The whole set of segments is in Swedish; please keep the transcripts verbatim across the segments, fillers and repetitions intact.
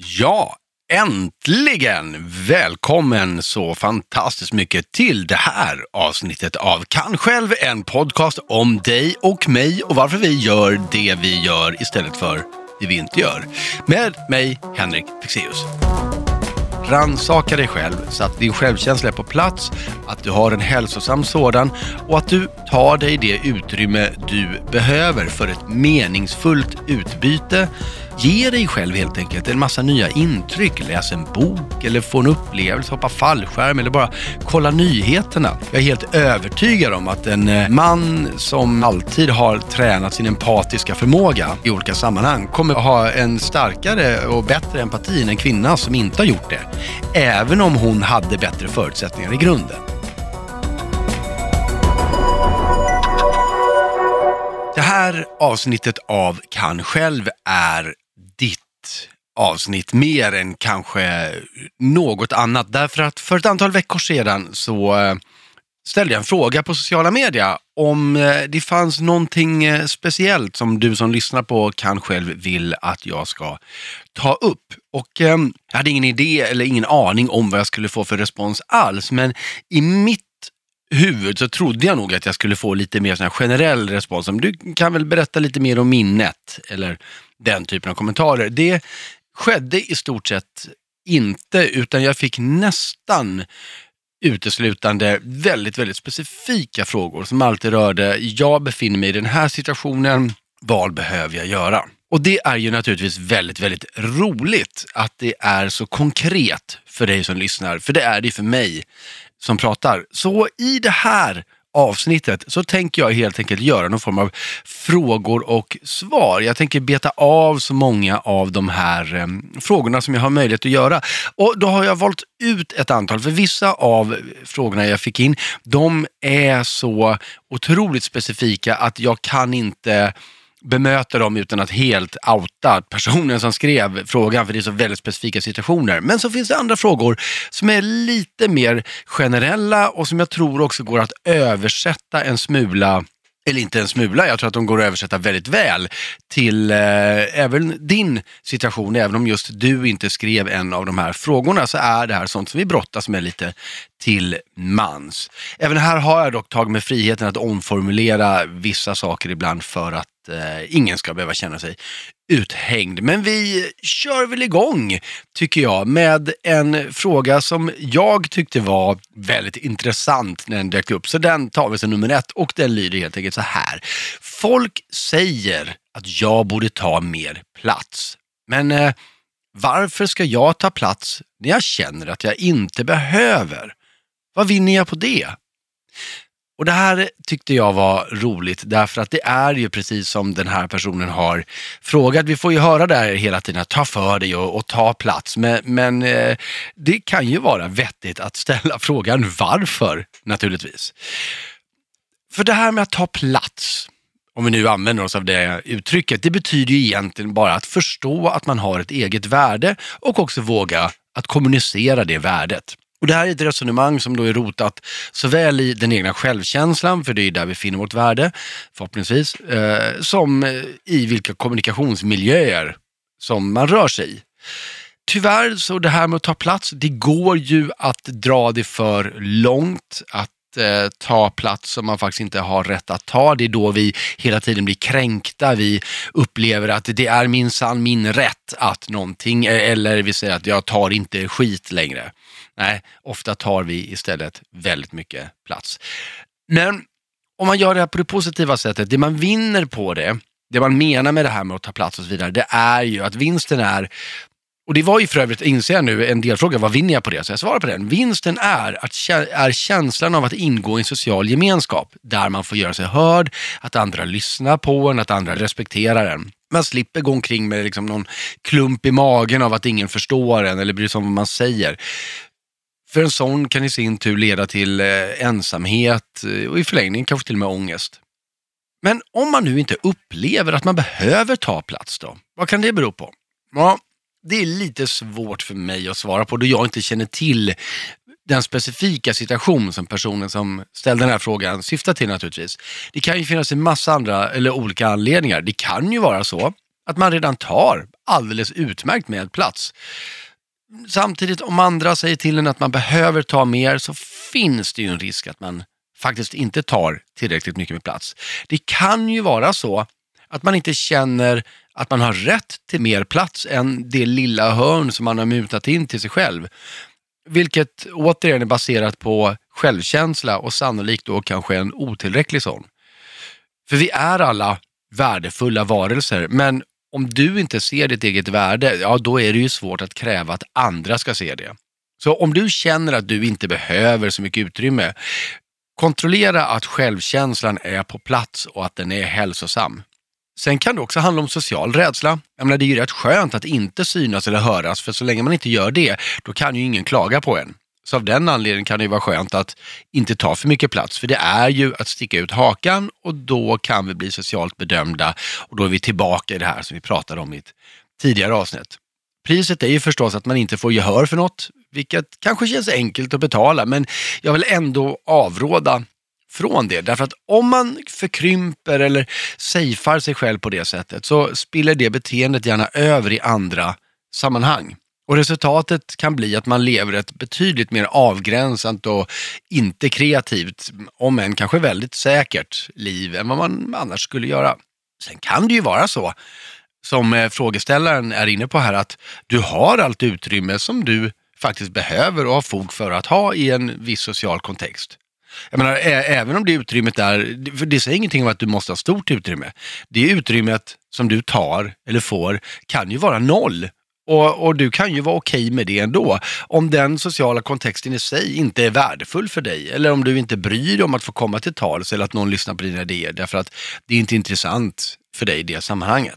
Ja, äntligen! Välkommen så fantastiskt mycket till det här avsnittet av Kan själv, en podcast om dig och mig och varför vi gör det vi gör istället för det vi inte gör. Med mig, Henrik Fexeus. Rannsaka dig själv så att din självkänsla är på plats, att du har en hälsosam sådan och att du tar dig det utrymme du behöver för ett meningsfullt utbyte. Ge dig själv helt enkelt en massa nya intryck, läs en bok eller få en upplevelse, hoppa fallskärm eller bara kolla nyheterna. Jag är helt övertygad om att en man som alltid har tränat sin empatiska förmåga i olika sammanhang kommer att ha en starkare och bättre empati än en kvinna som inte har gjort det, även om hon hade bättre förutsättningar i grunden. Det här avsnittet av Kan själv är ditt avsnitt mer än kanske något annat. Därför att för ett antal veckor sedan så ställde jag en fråga på sociala medier om det fanns någonting speciellt som du som lyssnar på Kan själv vill att jag ska ta upp. Och eh, jag hade ingen idé eller ingen aning om vad jag skulle få för respons alls, men i mitt huvud så trodde jag nog att jag skulle få lite mer sån här generell respons. Om du kan väl berätta lite mer om minnet eller den typen av kommentarer. Det skedde i stort sett inte, utan jag fick nästan uteslutande väldigt, väldigt specifika frågor som alltid rörde: jag befinner mig i den här situationen, vad behöver jag göra? Och det är ju naturligtvis väldigt, väldigt roligt att det är så konkret för dig som lyssnar, för det är det för mig som pratar. Så i det här avsnittet så tänker jag helt enkelt göra någon form av frågor och svar. Jag tänker beta av så många av de här eh, frågorna som jag har möjlighet att göra. Och då har jag valt ut ett antal, för vissa av frågorna jag fick in, de är så otroligt specifika att jag kan inte bemöta dem utan att helt outa personen som skrev frågan, för det är så väldigt specifika situationer. Men så finns det andra frågor som är lite mer generella och som jag tror också går att översätta en smula, eller inte en smula, jag tror att de går att översätta väldigt väl till eh, även din situation. Även om just du inte skrev en av de här frågorna så är det här sånt som vi brottas med lite till mans. Även här har jag dock tagit med friheten att omformulera vissa saker ibland för att eh, ingen ska behöva känna sig uthängd. Men vi kör väl igång, tycker jag, med en fråga som jag tyckte var väldigt intressant när den dök upp. Så den tar vi som nummer ett och den lyder helt enkelt så här. Folk säger att jag borde ta mer plats. Men eh, varför ska jag ta plats när jag känner att jag inte behöver? Vad vinner jag på det? Och det här tyckte jag var roligt därför att det är ju precis som den här personen har frågat. Vi får ju höra där hela tiden att ta för dig och, och ta plats. Men, men eh, det kan ju vara vettigt att ställa frågan varför, naturligtvis. För det här med att ta plats, om vi nu använder oss av det uttrycket, det betyder ju egentligen bara att förstå att man har ett eget värde och också våga att kommunicera det värdet. Och det här är ett resonemang som då är rotat såväl i den egna självkänslan, för det är där vi finner vårt värde, förhoppningsvis, eh, som i vilka kommunikationsmiljöer som man rör sig i. Tyvärr så det här med att ta plats, det går ju att dra det för långt, att eh, ta plats som man faktiskt inte har rätt att ta. Det är då vi hela tiden blir kränkta, vi upplever att det är minsann min rätt att någonting, eller vi säger att jag tar inte skit längre. Nej, ofta tar vi istället väldigt mycket plats. Men om man gör det här på det positiva sättet, det man vinner på det, det man menar med det här med att ta plats och så vidare, det är ju att vinsten är, och det var ju för övrigt, inser jag nu, en delfråga, vad vinner jag på det? Så jag svarar på den. Vinsten är, att, är känslan av att ingå i en social gemenskap där man får göra sig hörd, att andra lyssnar på en, att andra respekterar en. Man slipper gå omkring med liksom någon klump i magen av att ingen förstår en eller bryr sig om vad man säger. För en sån kan i sin tur leda till eh, ensamhet och i förlängningen kanske till och med ångest. Men om man nu inte upplever att man behöver ta plats då, vad kan det bero på? Ja, det är lite svårt för mig att svara på då jag inte känner till den specifika situation som personen som ställde den här frågan syftar till naturligtvis. Det kan ju finnas en massa andra eller olika anledningar. Det kan ju vara så att man redan tar alldeles utmärkt med plats. Samtidigt om andra säger till en att man behöver ta mer, så finns det ju en risk att man faktiskt inte tar tillräckligt mycket med plats. Det kan ju vara så att man inte känner att man har rätt till mer plats än det lilla hörn som man har mutat in till sig själv. Vilket återigen är baserat på självkänsla och sannolikt då kanske en otillräcklig sån. För vi är alla värdefulla varelser, men om du inte ser ditt eget värde, ja då är det ju svårt att kräva att andra ska se det. Så om du känner att du inte behöver så mycket utrymme, kontrollera att självkänslan är på plats och att den är hälsosam. Sen kan det också handla om social rädsla. Jag menar, det är ju rätt skönt att inte synas eller höras, för så länge man inte gör det, då kan ju ingen klaga på en. Så av den anledningen kan det ju vara skönt att inte ta för mycket plats, för det är ju att sticka ut hakan och då kan vi bli socialt bedömda och då är vi tillbaka i det här som vi pratade om i ett tidigare avsnitt. Priset är ju förstås att man inte får gehör för något, vilket kanske känns enkelt att betala, men jag vill ändå avråda från det. Därför att om man förkrymper eller safear sig själv på det sättet, så spiller det beteendet gärna över i andra sammanhang. Och resultatet kan bli att man lever ett betydligt mer avgränsat och inte kreativt, om än kanske väldigt säkert liv än vad man annars skulle göra. Sen kan det ju vara så, som frågeställaren är inne på här, att du har allt utrymme som du faktiskt behöver och har fog för att ha i en viss social kontext. Jag menar, ä- även om det utrymmet är, för det säger ingenting om att du måste ha stort utrymme. Det utrymmet som du tar eller får kan ju vara noll. Och, och du kan ju vara okej med det ändå. Om den sociala kontexten i sig inte är värdefull för dig, eller om du inte bryr dig om att få komma till tals eller att någon lyssnar på dina idéer därför att det är inte intressant för dig i det sammanhanget.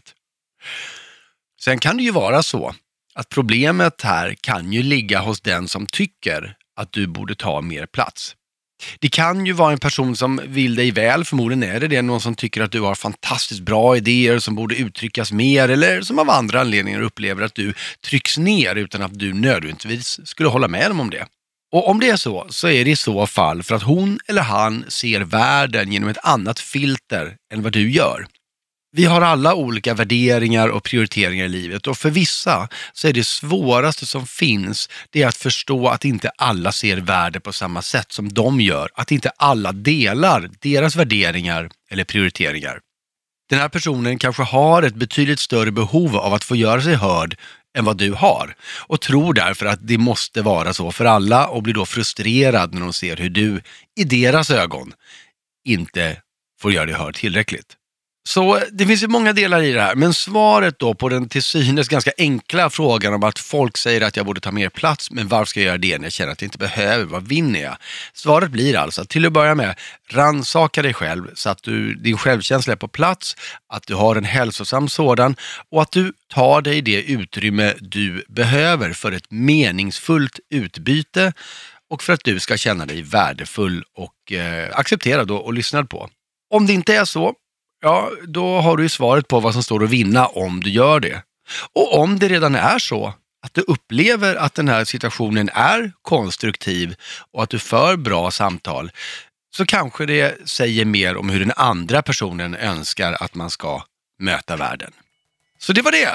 Sen kan det ju vara så att problemet här kan ju ligga hos den som tycker att du borde ta mer plats. Det kan ju vara en person som vill dig väl, förmodligen är det det, någon som tycker att du har fantastiskt bra idéer som borde uttryckas mer, eller som av andra anledningar upplever att du trycks ner utan att du nödvändigtvis skulle hålla med dem om det. Och om det är så, så är det i så fall för att hon eller han ser världen genom ett annat filter än vad du gör. Vi har alla olika värderingar och prioriteringar i livet, och för vissa så är det svåraste som finns det är att förstå att inte alla ser värde på samma sätt som de gör, att inte alla delar deras värderingar eller prioriteringar. Den här personen kanske har ett betydligt större behov av att få göra sig hörd än vad du har och tror därför att det måste vara så för alla och blir då frustrerad när de ser hur du i deras ögon inte får göra dig hörd tillräckligt. Så det finns ju många delar i det här, men svaret då på den till synes ganska enkla frågan om att folk säger att jag borde ta mer plats, men varför ska jag göra det när jag känner att jag inte behöver, vad vinner jag? Svaret blir alltså att till att börja med rannsaka dig själv så att du, din självkänsla är på plats, att du har en hälsosam sådan och att du tar dig det utrymme du behöver för ett meningsfullt utbyte och för att du ska känna dig värdefull och eh, accepterad och, och lyssnad på. Om det inte är så, ja, då har du ju svaret på vad som står att vinna om du gör det. Och om det redan är så att du upplever att den här situationen är konstruktiv och att du för bra samtal, så kanske det säger mer om hur den andra personen önskar att man ska möta världen. Så det var det.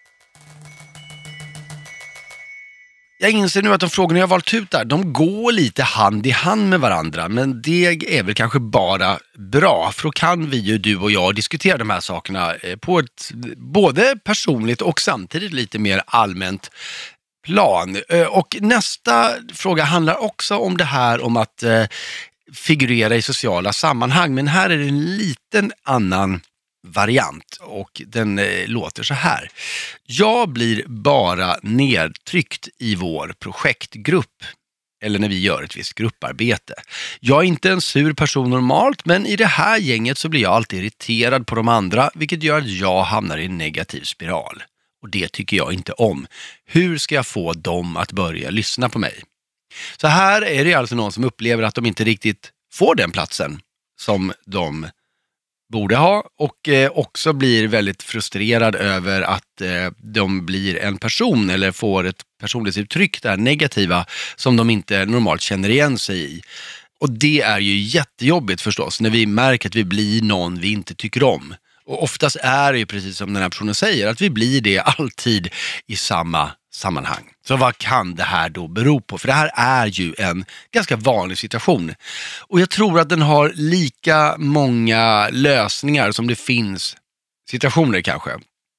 Jag inser nu att de frågorna jag har valt ut där, de går lite hand i hand med varandra, men det är väl kanske bara bra, för då kan vi ju, du och jag, diskutera de här sakerna på ett både personligt och samtidigt lite mer allmänt plan. Och nästa fråga handlar också om det här om att figurera i sociala sammanhang, men här är det en liten annan variant och den eh, låter så här. Jag blir bara nedtryckt i vår projektgrupp eller när vi gör ett visst grupparbete. Jag är inte en sur person normalt, men i det här gänget så blir jag alltid irriterad på de andra, vilket gör att jag hamnar i en negativ spiral. Och det tycker jag inte om. Hur ska jag få dem att börja lyssna på mig? Så här är det alltså någon som upplever att de inte riktigt får den platsen som de borde ha och eh, också blir väldigt frustrerad över att eh, de blir en person eller får ett personlighetsuttryck där negativa som de inte normalt känner igen sig i. Och det är ju jättejobbigt förstås när vi märker att vi blir någon vi inte tycker om. Och oftast är det ju precis som den här personen säger, att vi blir det alltid i samma sammanhang. Så vad kan det här då bero på? För det här är ju en ganska vanlig situation. Och jag tror att den har lika många lösningar som det finns situationer kanske.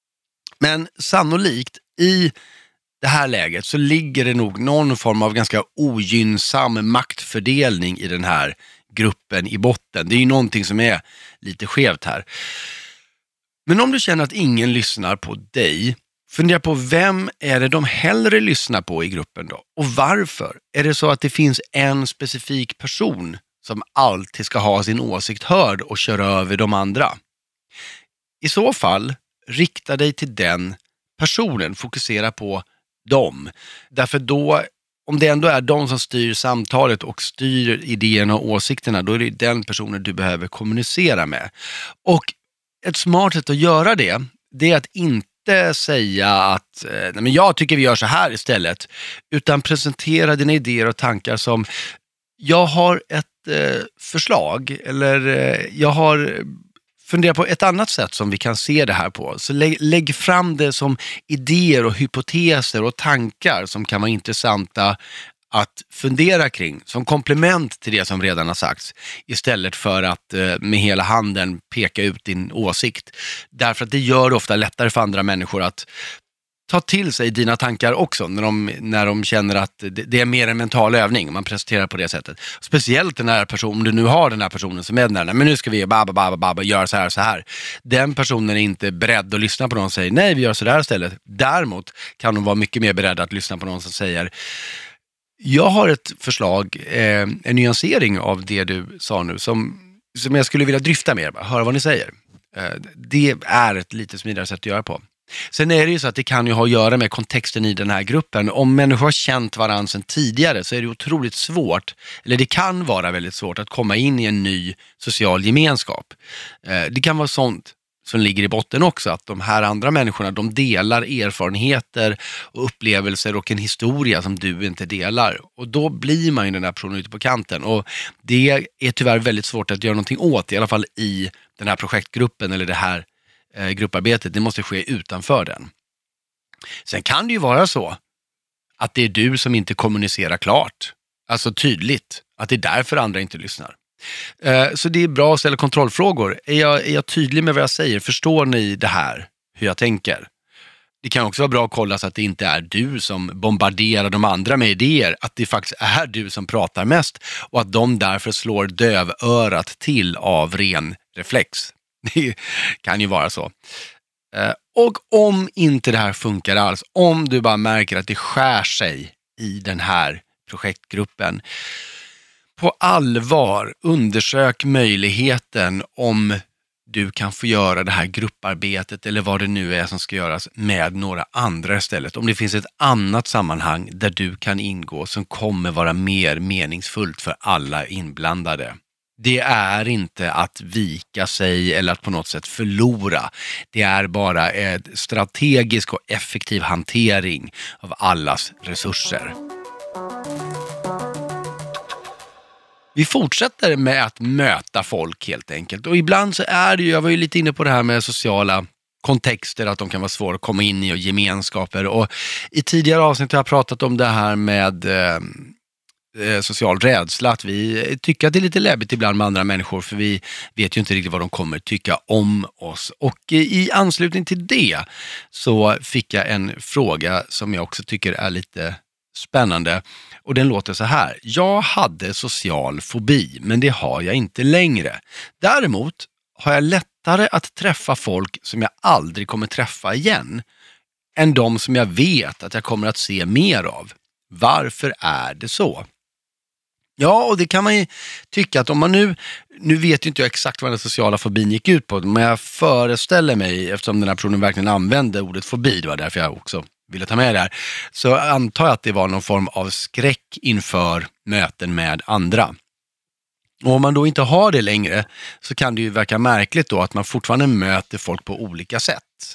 Men sannolikt i det här läget så ligger det nog någon form av ganska ogynnsam maktfördelning i den här gruppen i botten. Det är ju någonting som är lite skevt här. Men om du känner att ingen lyssnar på dig, fundera på vem är det de hellre lyssnar på i gruppen då? Och varför? Är det så att det finns en specifik person som alltid ska ha sin åsikt hörd och köra över de andra? I så fall, rikta dig till den personen, fokusera på dem. Därför då, om det ändå är de som styr samtalet och styr idéerna och åsikterna, då är det den personen du behöver kommunicera med. Och ett smart sätt att göra det, det är att inte säga att nej, men jag tycker vi gör så här istället, utan presentera dina idéer och tankar som jag har ett eh, förslag eller eh, jag har funderat på ett annat sätt som vi kan se det här på. Så lägg, lägg fram det som idéer och hypoteser och tankar som kan vara intressanta att fundera kring som komplement till det som redan har sagts, istället för att eh, med hela handen peka ut din åsikt. Därför att det gör det ofta lättare för andra människor att ta till sig dina tankar också när de, när de känner att det, det är mer en mental övning. Man presenterar på det sättet. Speciellt den här personen, om du nu har den här personen som är den här, men nu ska vi baba, baba, baba, göra så här så här. Den personen är inte beredd att lyssna på någon som säger nej, vi gör så där istället. Däremot kan de vara mycket mer beredda att lyssna på någon som säger jag har ett förslag, eh, en nyansering av det du sa nu som, som jag skulle vilja dryfta mer. Höra vad ni säger. Eh, det är ett lite smidigare sätt att göra på. Sen är det ju så att det kan ju ha att göra med kontexten i den här gruppen. Om människor har känt varandra sedan tidigare så är det otroligt svårt, eller det kan vara väldigt svårt att komma in i en ny social gemenskap. Eh, det kan vara sånt som ligger i botten också, att de här andra människorna, de delar erfarenheter och upplevelser och en historia som du inte delar. Och då blir man ju den här personen ute på kanten. Och det är tyvärr väldigt svårt att göra någonting åt, i alla fall i den här projektgruppen eller det här eh, grupparbetet. Det måste ske utanför den. Sen kan det ju vara så att det är du som inte kommunicerar klart, alltså tydligt, att det är därför andra inte lyssnar. Så det är bra att ställa kontrollfrågor. Är jag, är jag tydlig med vad jag säger? Förstår ni det här? Hur jag tänker? Det kan också vara bra att kolla så att det inte är du som bombarderar de andra med idéer. Att det faktiskt är du som pratar mest. Och att de därför slår dövörat till av ren reflex. Det kan ju vara så. Och om inte det här funkar alls, om du bara märker att det skär sig i den här projektgruppen, på allvar undersök möjligheten om du kan få göra det här grupparbetet eller vad det nu är som ska göras med några andra istället. Om det finns ett annat sammanhang där du kan ingå som kommer vara mer meningsfullt för alla inblandade. Det är inte att vika sig eller att på något sätt förlora. Det är bara en strategisk och effektiv hantering av allas resurser. Vi fortsätter med att möta folk helt enkelt. Och ibland så är det ju, jag var ju lite inne på det här med sociala kontexter, att de kan vara svåra att komma in i och gemenskaper. Och i tidigare avsnitt har jag pratat om det här med eh, social rädsla. Att vi tycker att det är lite läbbigt ibland med andra människor, för vi vet ju inte riktigt vad de kommer tycka om oss. Och i anslutning till det så fick jag en fråga som jag också tycker är lite spännande. Och den låter så här. Jag hade social fobi, men det har jag inte längre. Däremot har jag lättare att träffa folk som jag aldrig kommer träffa igen än de som jag vet att jag kommer att se mer av. Varför är det så? Ja, och det kan man ju tycka att om man nu, nu vet ju inte jag exakt vad den sociala fobin gick ut på, men jag föreställer mig, eftersom den här personen verkligen använde ordet fobi, det var därför jag också ville ta med det här, så antar jag att det var någon form av skräck inför möten med andra. Och om man då inte har det längre så kan det ju verka märkligt då att man fortfarande möter folk på olika sätt.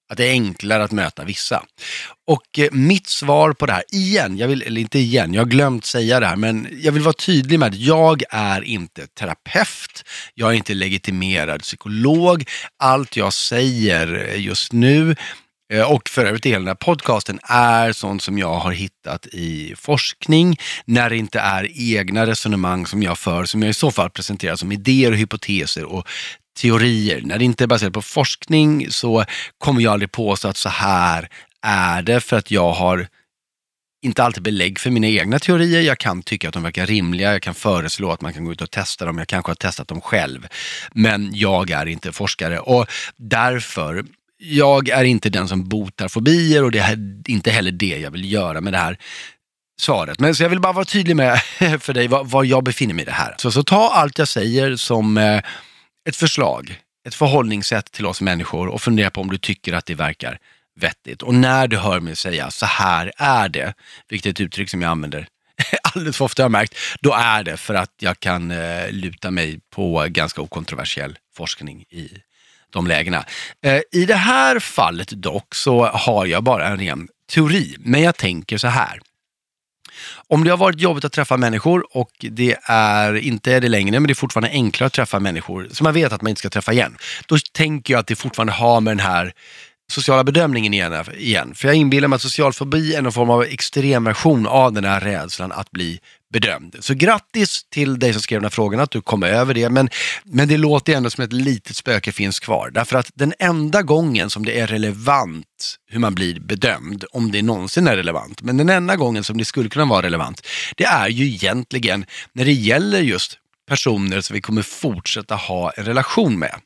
Att det är enklare att möta vissa. Och eh, mitt svar på det här, igen, jag vill, eller inte igen, jag har glömt säga det här, men jag vill vara tydlig med att jag är inte terapeut, jag är inte legitimerad psykolog. Allt jag säger just nu, eh, och för övrigt i hela den här podcasten, är sånt som jag har hittat i forskning, när det inte är egna resonemang som jag för, som jag i så fall presenterar som idéer och hypoteser och teorier. När det inte är baserat på forskning så kommer jag aldrig påstå att så här är det, för att jag har inte alltid belägg för mina egna teorier. Jag kan tycka att de verkar rimliga, jag kan föreslå att man kan gå ut och testa dem, jag kanske har testat dem själv. Men jag är inte forskare och därför, jag är inte den som botar fobier och det är inte heller det jag vill göra med det här svaret. Men så jag vill bara vara tydlig med för dig var, var jag befinner mig i det här. Så, så ta allt jag säger som eh, ett förslag, ett förhållningssätt till oss människor och fundera på om du tycker att det verkar vettigt. Och när du hör mig säga så här är det, vilket är ett uttryck som jag använder alldeles för ofta har jag märkt, då är det för att jag kan eh, luta mig på ganska okontroversiell forskning i de lägena. Eh, I det här fallet dock så har jag bara en ren teori, men jag tänker så här. Om det har varit jobbigt att träffa människor och det är inte är det längre, men det är fortfarande enklare att träffa människor som man vet att man inte ska träffa igen, då tänker jag att det fortfarande har med den här sociala bedömningen igen, igen. För jag inbillar mig att social fobi är någon form av extrem version av den här rädslan att bli bedömd. Så grattis till dig som skrev den här frågan att du kom över det. Men, men det låter ändå som ett litet spöke finns kvar. Därför att den enda gången som det är relevant hur man blir bedömd, om det någonsin är relevant, men den enda gången som det skulle kunna vara relevant, det är ju egentligen när det gäller just personer som vi kommer fortsätta ha en relation med.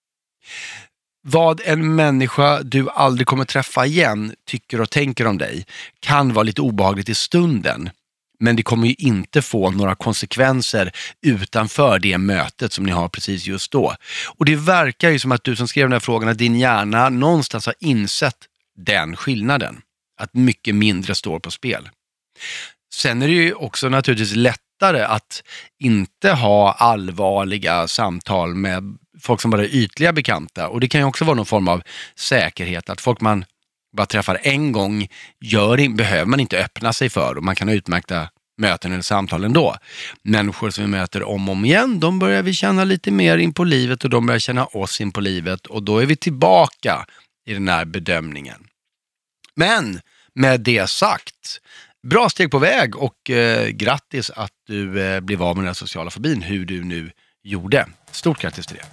Vad en människa du aldrig kommer träffa igen tycker och tänker om dig kan vara lite obehagligt i stunden, men det kommer ju inte få några konsekvenser utanför det mötet som ni har precis just då. Och det verkar ju som att du som skrev den här frågan, att din hjärna någonstans har insett den skillnaden, att mycket mindre står på spel. Sen är det ju också naturligtvis lättare att inte ha allvarliga samtal med folk som bara är ytliga bekanta. Och det kan ju också vara någon form av säkerhet. Att folk man bara träffar en gång gör, behöver man inte öppna sig för. Och man kan ha utmärkta möten eller samtal ändå. Människor som vi möter om och om igen, de börjar vi känna lite mer in på livet. Och de börjar känna oss in på livet. Och då är vi tillbaka i den här bedömningen. Men med det sagt, bra steg på väg och eh, grattis att du eh, blev av med den här sociala fobin, hur du nu gjorde. Stort grattis till det.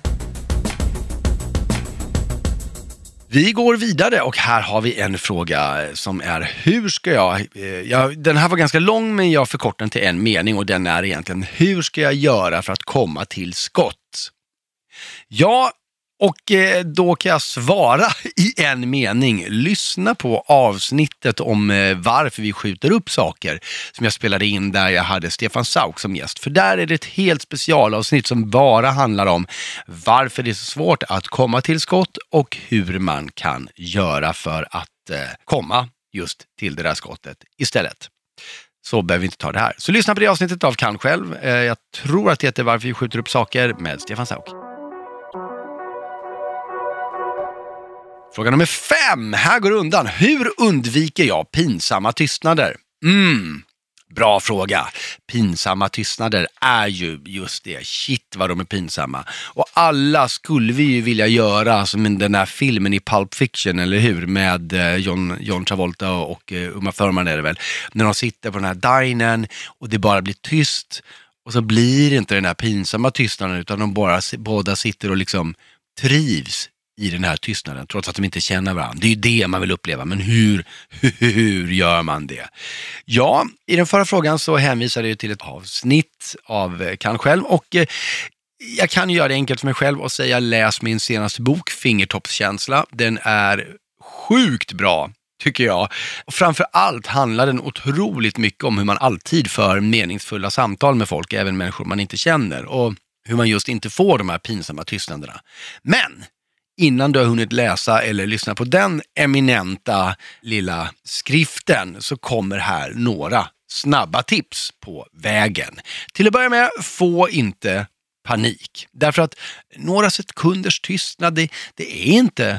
Vi går vidare och här har vi en fråga som är hur ska jag, eh, jag den här var ganska lång men jag förkortar den till en mening och den är egentligen hur ska jag göra för att komma till skott? Ja, och eh, då kan jag svara i en mening. Lyssna på avsnittet om eh, varför vi skjuter upp saker som jag spelade in där jag hade Stefan Sauk som gäst. För där är det ett helt specialavsnitt som bara handlar om varför det är så svårt att komma till skott och hur man kan göra för att eh, komma just till det där skottet istället. Så behöver vi inte ta det här. Så lyssna på det avsnittet av Kan själv. Eh, jag tror att det heter Varför vi skjuter upp saker med Stefan Sauk. Fråga nummer fem. Här går undan. Hur undviker jag pinsamma tystnader? Mm, bra fråga. Pinsamma tystnader är ju just det. Shit vad de är pinsamma. Och alla skulle vi ju vilja göra som den här filmen i Pulp Fiction, eller hur? Med John, John Travolta och Uma Thurman är det väl. När de sitter på den här dinern och det bara blir tyst. Och så blir det inte den här pinsamma tystnaden utan de bara, båda sitter och liksom trivs i den här tystnaden, trots att de inte känner varandra. Det är ju det man vill uppleva, men hur, hur gör man det? Ja, i den förra frågan så hänvisade jag till ett avsnitt av Kan själv och eh, jag kan göra det enkelt för mig själv och säga läs min senaste bok, Fingertoppskänsla. Den är sjukt bra, tycker jag. Och framför allt handlar den otroligt mycket om hur man alltid för meningsfulla samtal med folk, även människor man inte känner, och hur man just inte får de här pinsamma tystnaderna. Men innan du har hunnit läsa eller lyssna på den eminenta lilla skriften så kommer här några snabba tips på vägen. Till att börja med, få inte panik. Därför att några sekunders tystnad, det, det är inte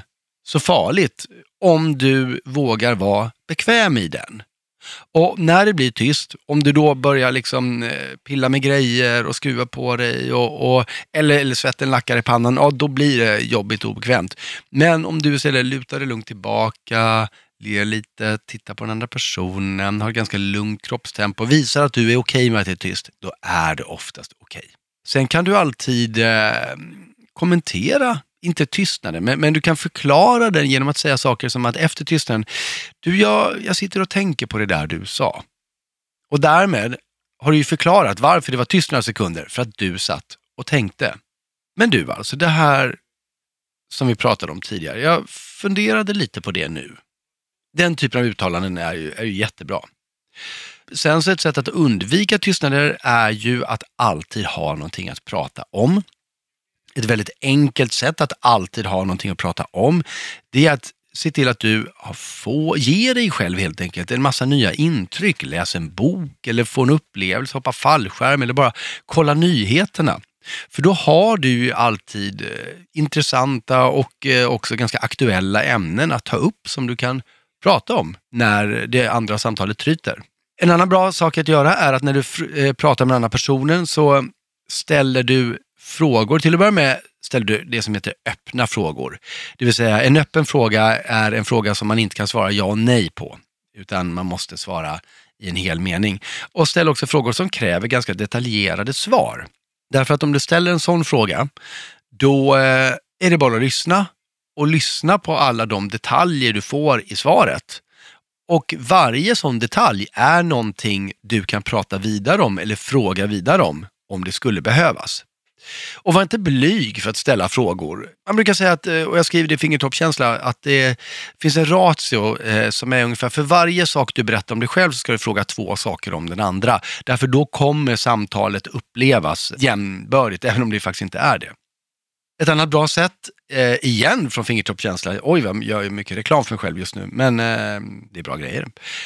så farligt om du vågar vara bekväm i den. Och när det blir tyst, om du då börjar liksom pilla med grejer och skruva på dig och, och, eller, eller svetten lackar i pannan, ja, då blir det jobbigt och obekvämt. Men om du istället lutar dig lugnt tillbaka, ler lite, tittar på den andra personen, har ett ganska lugnt kroppstempo, visar att du är okej med att det är tyst, då är det oftast okej. Sen kan du alltid eh, kommentera, inte tystnaden, men, men du kan förklara den genom att säga saker som att efter tystnaden, du, jag, jag sitter och tänker på det där du sa. Och därmed har du ju förklarat varför det var tyst några sekunder, för att du satt och tänkte. Men du, alltså det här som vi pratade om tidigare, jag funderade lite på det nu. Den typen av uttalanden är ju, är ju jättebra. Sen så ett sätt att undvika tystnader är ju att alltid ha någonting att prata om. Ett väldigt enkelt sätt att alltid ha någonting att prata om, det är att se till att du får, ge dig själv helt enkelt en massa nya intryck. Läs en bok eller få en upplevelse, hoppa fallskärm eller bara kolla nyheterna. För då har du ju alltid eh, intressanta och eh, också ganska aktuella ämnen att ta upp som du kan prata om när det andra samtalet tryter. En annan bra sak att göra är att när du fr- eh, pratar med den andra personen så ställer du frågor. Till att börja med ställer du det som heter öppna frågor. Det vill säga en öppen fråga är en fråga som man inte kan svara ja och nej på. Utan man måste svara i en hel mening. Och ställ också frågor som kräver ganska detaljerade svar. Därför att om du ställer en sån fråga, då är det bara att lyssna. Och lyssna på alla de detaljer du får i svaret. Och varje sån detalj är någonting du kan prata vidare om eller fråga vidare om, om det skulle behövas. Och var inte blyg för att ställa frågor. Man brukar säga att, och jag skriver det i Fingertoppskänsla, att det finns en ratio eh, som är ungefär för varje sak du berättar om dig själv så ska du fråga två saker om den andra. Därför då kommer samtalet upplevas jämnbördigt, även om det faktiskt inte är det. Ett annat bra sätt, eh, igen från Fingertoppskänsla, oj vad jag gör mycket reklam för mig själv just nu, men eh, det är bra grejer,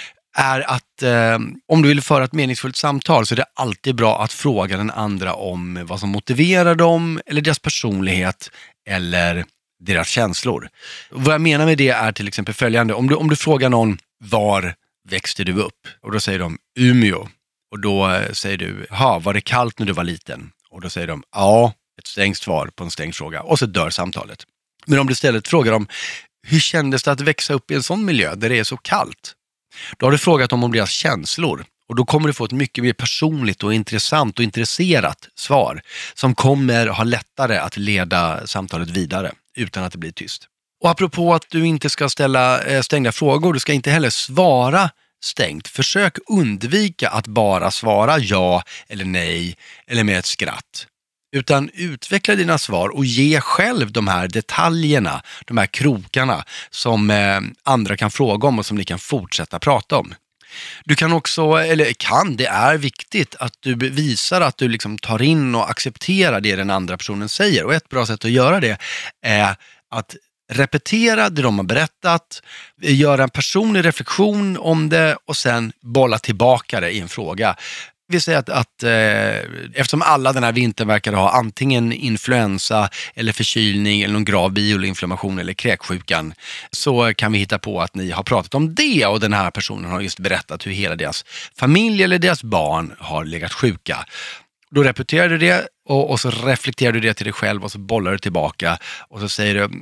är att eh, om du vill föra ett meningsfullt samtal så är det alltid bra att fråga den andra om vad som motiverar dem eller deras personlighet eller deras känslor. Vad jag menar med det är till exempel följande. Om du, om du frågar någon, var växte du upp? Och då säger de Umeå. Och då eh, säger du, ha, var det kallt när du var liten? Och då säger de, ja, ett stängt svar på en stängd fråga. Och så dör samtalet. Men om du istället frågar dem, hur kändes det att växa upp i en sån miljö där det är så kallt? Då har du frågat dem om deras känslor och då kommer du få ett mycket mer personligt och intressant och intresserat svar som kommer ha lättare att leda samtalet vidare utan att det blir tyst. Och apropå att du inte ska ställa stängda frågor, du ska inte heller svara stängt. Försök undvika att bara svara ja eller nej eller med ett skratt. Utan utveckla dina svar och ge själv de här detaljerna, de här krokarna som eh, andra kan fråga om och som ni kan fortsätta prata om. Du kan också, eller kan, det är viktigt att du visar att du liksom tar in och accepterar det den andra personen säger. Och ett bra sätt att göra det är att repetera det de har berättat, göra en personlig reflektion om det och sen bolla tillbaka det i en fråga. Vi säger att, att eh, eftersom alla den här vintern verkar ha antingen influensa eller förkylning eller någon grav bioinflammation eller kräksjukan, så kan vi hitta på att ni har pratat om det och den här personen har just berättat hur hela deras familj eller deras barn har legat sjuka. Då repeterar du det och, och så reflekterar du det till dig själv och så bollar du tillbaka och så säger du,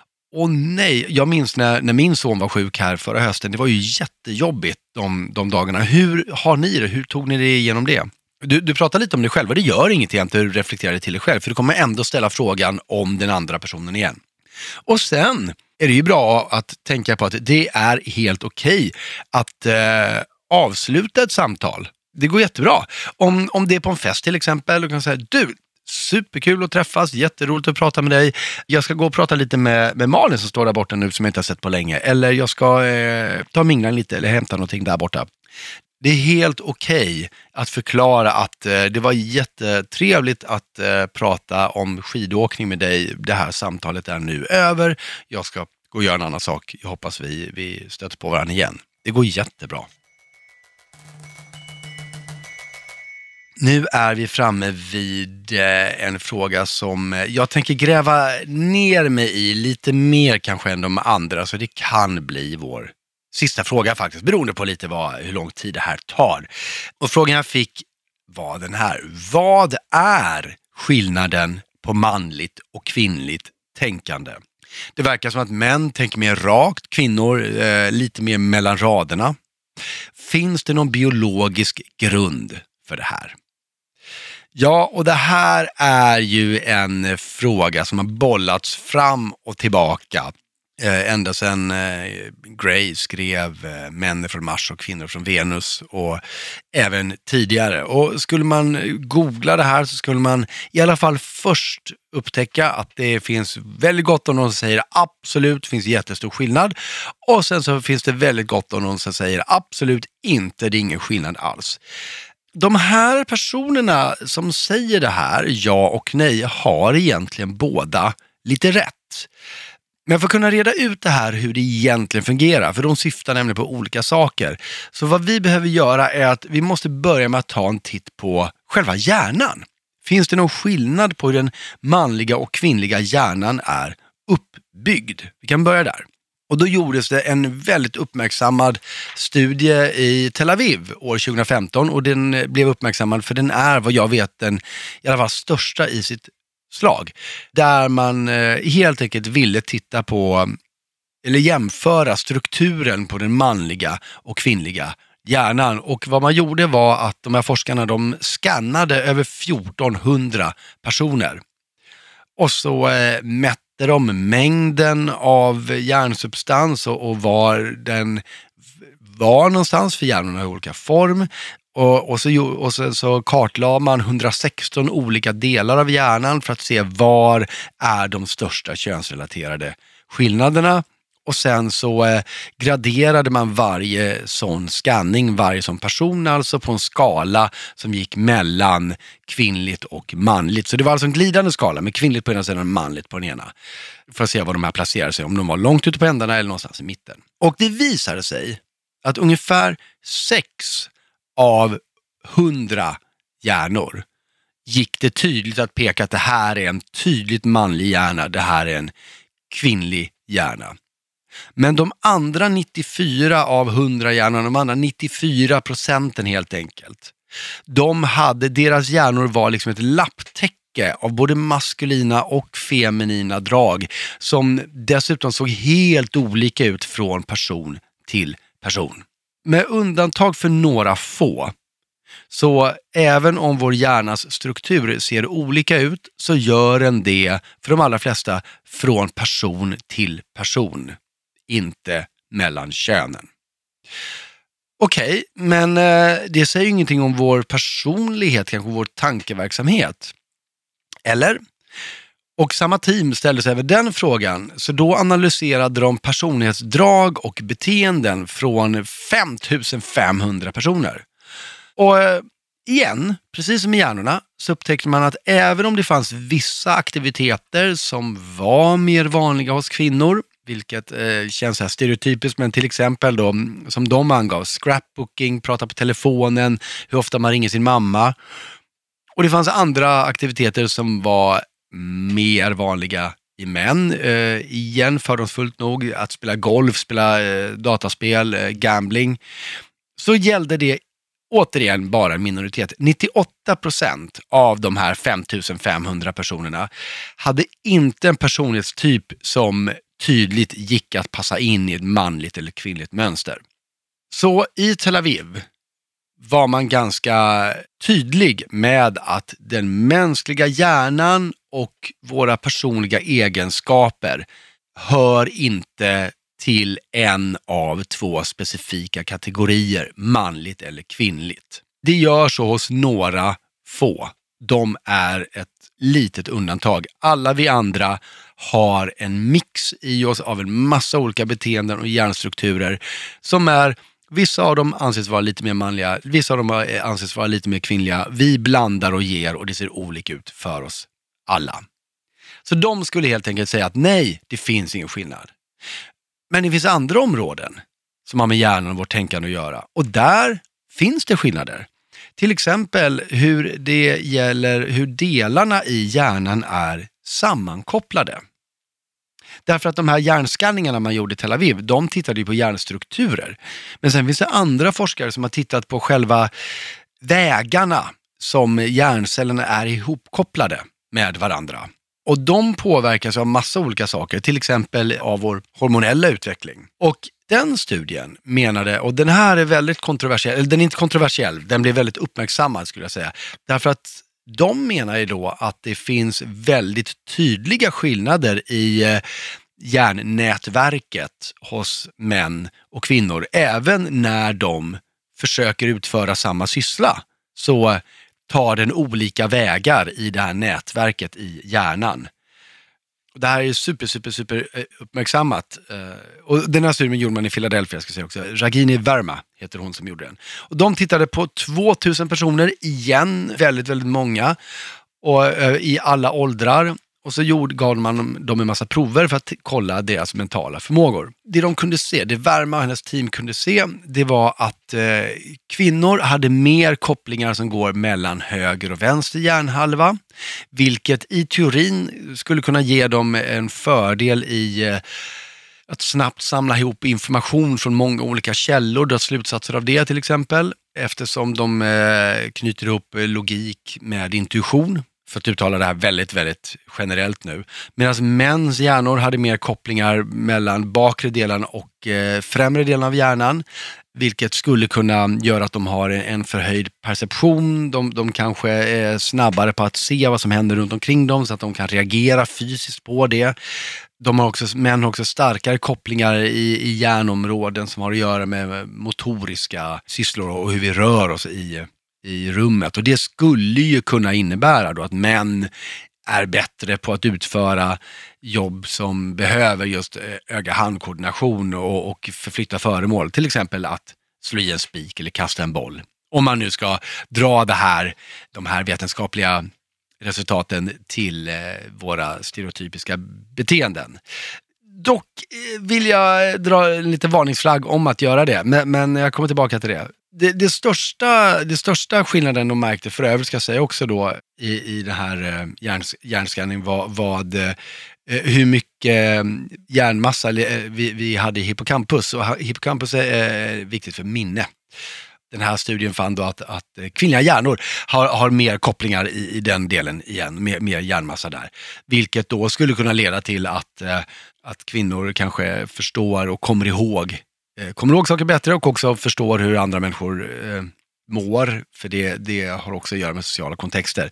åh nej, jag minns när, när min son var sjuk här förra hösten. Det var ju jättejobbigt de, de dagarna. Hur har ni det? Hur tog ni det igenom det? Du, du pratar lite om dig själv och det gör inget egentligen att du reflekterar det till dig själv. För du kommer ändå ställa frågan om den andra personen igen. Och sen är det ju bra att tänka på att det är helt okej att eh, avsluta ett samtal. Det går jättebra. Om, om det är på en fest till exempel, du kan säga, du, superkul att träffas, jätteroligt att prata med dig. Jag ska gå och prata lite med, med Malin som står där borta nu som jag inte har sett på länge. Eller jag ska eh, ta minglan lite eller hämta någonting där borta. Det är helt okej att förklara att eh, det var jättetrevligt att eh, prata om skidåkning med dig. Det här samtalet är nu över. Jag ska gå och göra en annan sak. Jag hoppas vi, vi stöter på varandra igen. Det går jättebra. Nu är vi framme vid en fråga som jag tänker gräva ner mig i lite mer kanske än de andra, så det kan bli vår sista fråga faktiskt, beroende på lite vad, hur lång tid det här tar. Och frågan jag fick var den här: vad är skillnaden på manligt och kvinnligt tänkande? Det verkar som att män tänker mer rakt, kvinnor eh, lite mer mellan raderna. Finns det någon biologisk grund för det här? Ja, och det här är ju en fråga som har bollats fram och tillbaka eh, ända sedan eh, Gray skrev eh, Män från Mars och kvinnor från Venus, och även tidigare. Och skulle man googla det här så skulle man i alla fall först upptäcka att det finns väldigt gott om någon som säger absolut, finns jättestor skillnad. Och sen så finns det väldigt gott om någon som säger absolut inte, det är ingen skillnad alls. De här personerna som säger det här, ja och nej, har egentligen båda lite rätt. Men för att kunna reda ut det här hur det egentligen fungerar, för de syftar nämligen på olika saker. Så vad vi behöver göra är att vi måste börja med att ta en titt på själva hjärnan. Finns det någon skillnad på hur den manliga och kvinnliga hjärnan är uppbyggd? Vi kan börja där. Och då gjordes det en väldigt uppmärksammad studie i Tel Aviv år tjugo femton, och den blev uppmärksammad för den är, vad jag vet, den i alla fall största i sitt slag. Där man eh, helt enkelt ville titta på, eller jämföra strukturen på den manliga och kvinnliga hjärnan. Och vad man gjorde var att de här forskarna, de skannade över fjortonhundra personer. Och så eh, mätte de mängden av hjärnsubstans och, och var den var någonstans, för hjärnorna i olika form. Och, och, så, och så, så kartlade man hundrasexton olika delar av hjärnan för att se var är de största könsrelaterade skillnaderna. Och sen så eh, graderade man varje sån scanning, varje sån person, alltså på en skala som gick mellan kvinnligt och manligt. Så det var alltså en glidande skala med kvinnligt på ena sidan och manligt på den ena. För att se var de här placerade sig, om de var långt ute på ändarna eller någonstans i mitten. Och det visade sig att ungefär sex av hundra hjärnor gick det tydligt att peka att det här är en tydligt manlig hjärna, det här är en kvinnlig hjärna. Men de andra nittiofyra av hundra hjärnor, de andra nittiofyra procenten helt enkelt, de hade, deras hjärnor var liksom ett lapptäcke av både maskulina och feminina drag som dessutom såg helt olika ut från person till person. Med undantag för några få, så även om vår hjärnas struktur ser olika ut, så gör den det för de allra flesta från person till person, inte mellan könen. Okej, okay, men eh, det säger ingenting om vår personlighet, kanske vår tankeverksamhet. Eller? Och samma team ställde sig över den frågan, så då analyserade de personlighetsdrag och beteenden från fem tusen femhundra personer. Och eh, igen, precis som i hjärnorna, så upptäckte man att även om det fanns vissa aktiviteter som var mer vanliga hos kvinnor, vilket eh, känns här stereotypiskt, men till exempel då, som de angav, scrapbooking, prata på telefonen, hur ofta man ringer sin mamma. Och det fanns andra aktiviteter som var mer vanliga i män. Eh, igen fördomsfullt nog, att spela golf, spela eh, dataspel, eh, gambling. Så gällde det återigen bara en minoritet. nittioåtta procent av de här fem tusen femhundra personerna hade inte en personlighetstyp som tydligt gick att passa in i ett manligt eller kvinnligt mönster. Så i Tel Aviv var man ganska tydlig med att den mänskliga hjärnan och våra personliga egenskaper hör inte till en av två specifika kategorier, manligt eller kvinnligt. Det gör så hos några få. De är ett litet undantag. Alla vi andra har en mix i oss av en massa olika beteenden och hjärnstrukturer som är, vissa av dem anses vara lite mer manliga, vissa av dem anses vara lite mer kvinnliga. Vi blandar och ger och det ser olika ut för oss alla. Så de skulle helt enkelt säga att nej, det finns ingen skillnad. Men det finns andra områden som har med hjärnan och vårt tänkande att göra. Och där finns det skillnader. Till exempel hur det gäller hur delarna i hjärnan är sammankopplade. Därför att de här hjärnskanningarna man gjorde i Tel Aviv, de tittade ju på hjärnstrukturer. Men sen finns det andra forskare som har tittat på själva vägarna som hjärncellerna är ihopkopplade med varandra. Och de påverkas av massa olika saker, till exempel av vår hormonella utveckling. Och den studien menade, och den här är väldigt kontroversiell, eller den är inte kontroversiell, den blir väldigt uppmärksammad skulle jag säga. Därför att de menar ju då att det finns väldigt tydliga skillnader i eh, hjärnnätverket hos män och kvinnor. Även när de försöker utföra samma syssla så tar den olika vägar i det här nätverket i hjärnan. Det här är super, super, super uppmärksammat. Och den här studien gjorde man i Philadelphia, ska jag säga också. Ragini Verma heter hon som gjorde den. Och de tittade på tvåtusen personer igen, väldigt, väldigt många. Och i alla åldrar. Och så gjorde, gav man dem en massa prover för att kolla deras mentala förmågor. Det de kunde se, det Verma och hennes team kunde se, det var att eh, kvinnor hade mer kopplingar som går mellan höger och vänster hjärnhalva. Vilket i teorin skulle kunna ge dem en fördel i eh, att snabbt samla ihop information från många olika källor, dra slutsatser av det till exempel. Eftersom de eh, knyter ihop logik med intuition. För att uttala det här väldigt, väldigt generellt nu. Medan mäns hjärnor hade mer kopplingar mellan bakre delen och eh, främre delen av hjärnan. Vilket skulle kunna göra att de har en förhöjd perception. De, de kanske är snabbare på att se vad som händer runt omkring dem så att de kan reagera fysiskt på det. De har också, män har också starkare kopplingar i, i hjärnområden som har att göra med motoriska sysslor och hur vi rör oss i i rummet. Och det skulle ju kunna innebära då att män är bättre på att utföra jobb som behöver just öga-handkoordination och, och förflytta föremål. Till exempel att slå i en spik eller kasta en boll. Om man nu ska dra det här, de här vetenskapliga resultaten till eh, våra stereotypiska beteenden. Dock vill jag dra en lite varningsflagg om att göra det, men, men jag kommer tillbaka till det. Det, det, största, det största skillnaden de märkte för övrigt ska jag säga också då i, i den här eh, hjärns, hjärnskanning var vad, eh, hur mycket hjärnmassa vi, vi hade i hippocampus. Och hippocampus är eh, viktigt för minne. Den här studien fann då att, att kvinnliga hjärnor har, har mer kopplingar i, i den delen igen, mer, mer hjärnmassa där. Vilket då skulle kunna leda till att, eh, att kvinnor kanske förstår och kommer ihåg kommer ihåg saker bättre och också förstår hur andra människor eh, mår, för det, det har också att göra med sociala kontexter.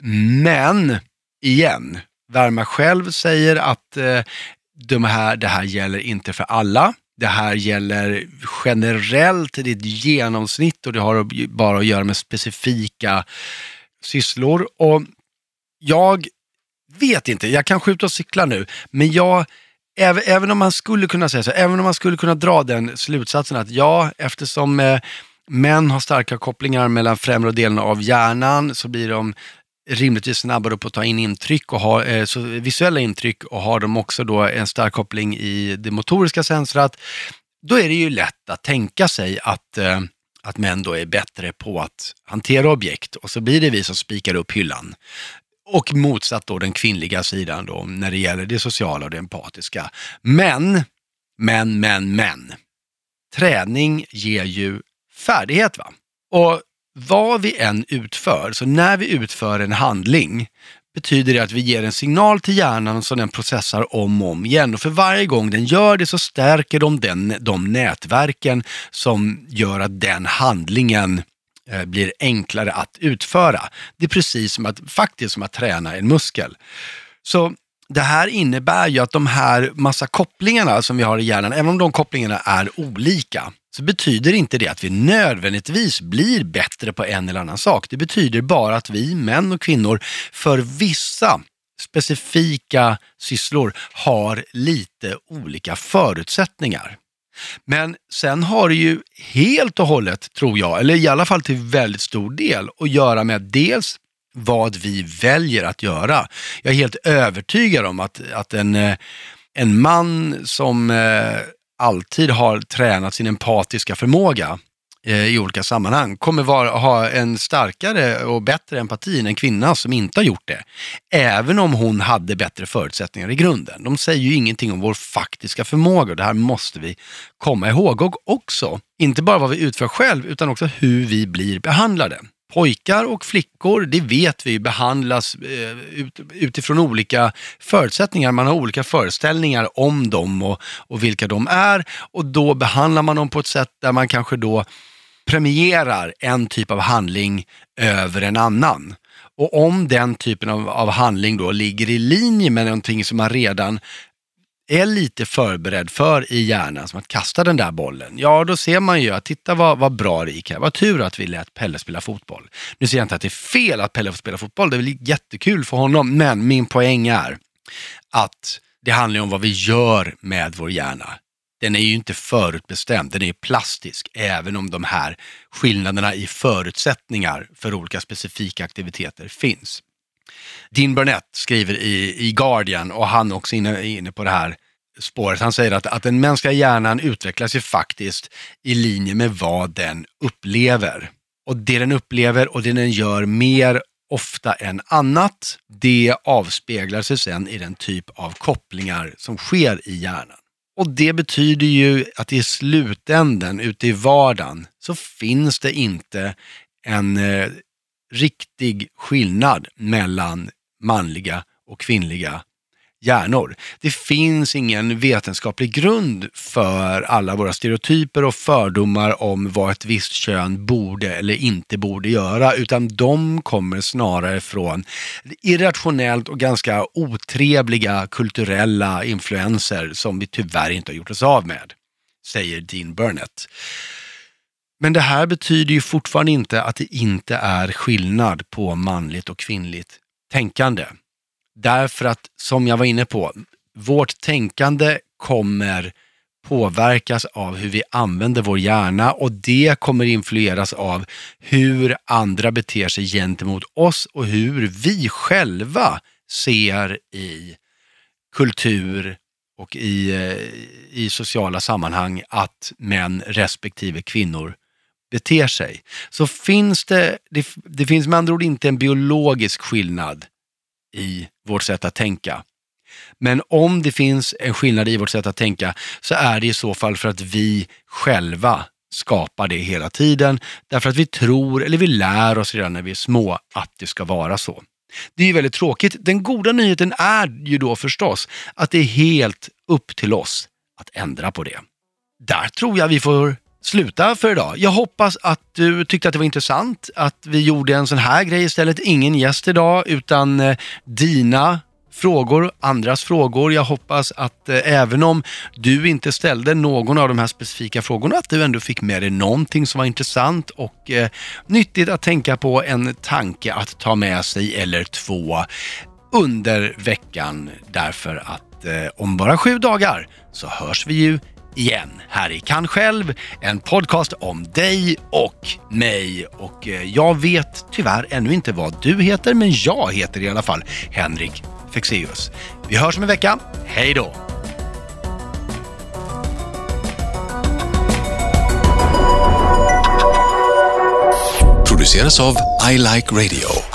Men igen, Verma själv säger att eh, de här, det här gäller inte för alla. Det här gäller generellt, det är ett genomsnitt och det har bara att göra med specifika sysslor. Och jag vet inte, jag kan skjuta och cykla nu, men jag Även, även om man skulle kunna säga så, även om man skulle kunna dra den slutsatsen att ja, eftersom eh, män har starka kopplingar mellan främre delen av hjärnan så blir de rimligtvis snabbare på att ta in intryck och ha eh, så visuella intryck och har de också då en stark koppling i det motoriska sensorat, då är det ju lätt att tänka sig att, eh, att män då är bättre på att hantera objekt och så blir det vi som spikar upp hyllan. Och motsatt då den kvinnliga sidan då när det gäller det sociala och det empatiska. Men, men, men, men. Träning ger ju färdighet va? Och vad vi än utför, så när vi utför en handling betyder det att vi ger en signal till hjärnan som den processar om och om igen. Och för varje gång den gör det så stärker de den, de nätverken som gör att den handlingen blir enklare att utföra. Det är precis som att, faktiskt som att träna en muskel. Så det här innebär ju att de här massa kopplingarna som vi har i hjärnan, även om de kopplingarna är olika, så betyder inte det att vi nödvändigtvis blir bättre på en eller annan sak. Det betyder bara att vi, män och kvinnor, för vissa specifika sysslor har lite olika förutsättningar. Men sen har det ju helt och hållet, tror jag, eller i alla fall till väldigt stor del, att göra med dels vad vi väljer att göra. Jag är helt övertygad om att, att en, en man som eh, alltid har tränat sin empatiska förmåga i olika sammanhang kommer vara, ha en starkare och bättre empati än en kvinna som inte har gjort det. Även om hon hade bättre förutsättningar i grunden. De säger ju ingenting om vår faktiska förmåga och det här måste vi komma ihåg. Och också, inte bara vad vi utför själv utan också hur vi blir behandlade. Pojkar och flickor, det vet vi, behandlas eh, ut, utifrån olika förutsättningar. Man har olika föreställningar om dem och, och vilka de är. Och då behandlar man dem på ett sätt där man kanske då premierar en typ av handling över en annan. Och om den typen av, av handling då ligger i linje med någonting som man redan är lite förberedd för i hjärnan, som att kasta den där bollen, ja då ser man ju att titta vad, vad bra det gick här. Vad tur att vi lät Pelle spela fotboll. Nu ser jag inte att det är fel att Pelle får spela fotboll, det är väl jättekul för honom, men min poäng är att det handlar om vad vi gör med vår hjärna. Den är ju inte förutbestämd, den är plastisk, även om de här skillnaderna i förutsättningar för olika specifika aktiviteter finns. Dean Burnett skriver i, i Guardian, och han är också inne, inne på det här spåret. Han säger att, att den mänskliga hjärnan utvecklas ju faktiskt i linje med vad den upplever. Och det den upplever och det den gör mer ofta än annat, det avspeglar sig sen i den typ av kopplingar som sker i hjärnan. Och det betyder ju att i slutändan, ute i vardagen, så finns det inte en eh, riktig skillnad mellan manliga och kvinnliga hjärnor. Det finns ingen vetenskaplig grund för alla våra stereotyper och fördomar om vad ett visst kön borde eller inte borde göra, utan de kommer snarare från irrationellt och ganska otrevliga kulturella influenser som vi tyvärr inte har gjort oss av med, säger Dean Burnett. Men det här betyder ju fortfarande inte att det inte är skillnad på manligt och kvinnligt tänkande. Därför att, som jag var inne på, vårt tänkande kommer påverkas av hur vi använder vår hjärna, och det kommer influeras av hur andra beter sig gentemot oss och hur vi själva ser i kultur och i, i sociala sammanhang att män respektive kvinnor beter sig. Så finns det, det, det finns med andra ord inte en biologisk skillnad i vårt sätt att tänka. Men om det finns en skillnad i vårt sätt att tänka, så är det i så fall för att vi själva skapar det hela tiden. Därför att vi tror, eller vi lär oss redan när vi är små, att det ska vara så. Det är ju väldigt tråkigt. Den goda nyheten är ju då förstås att det är helt upp till oss att ändra på det. Där tror jag vi får sluta för idag. Jag hoppas att du tyckte att det var intressant att vi gjorde en sån här grej istället. Ingen gäst idag, utan eh, dina frågor, andras frågor. Jag hoppas att eh, även om du inte ställde någon av de här specifika frågorna, att du ändå fick med dig någonting som var intressant och eh, nyttigt att tänka på, en tanke att ta med sig eller två under veckan. Därför att eh, om bara sju dagar så hörs vi ju igen här i Kan själv, en podcast om dig och mig, och jag vet tyvärr ännu inte vad du heter, men jag heter i alla fall Henrik Fexeus. Vi hörs om en vecka, hej då! Produceras av I Like Radio.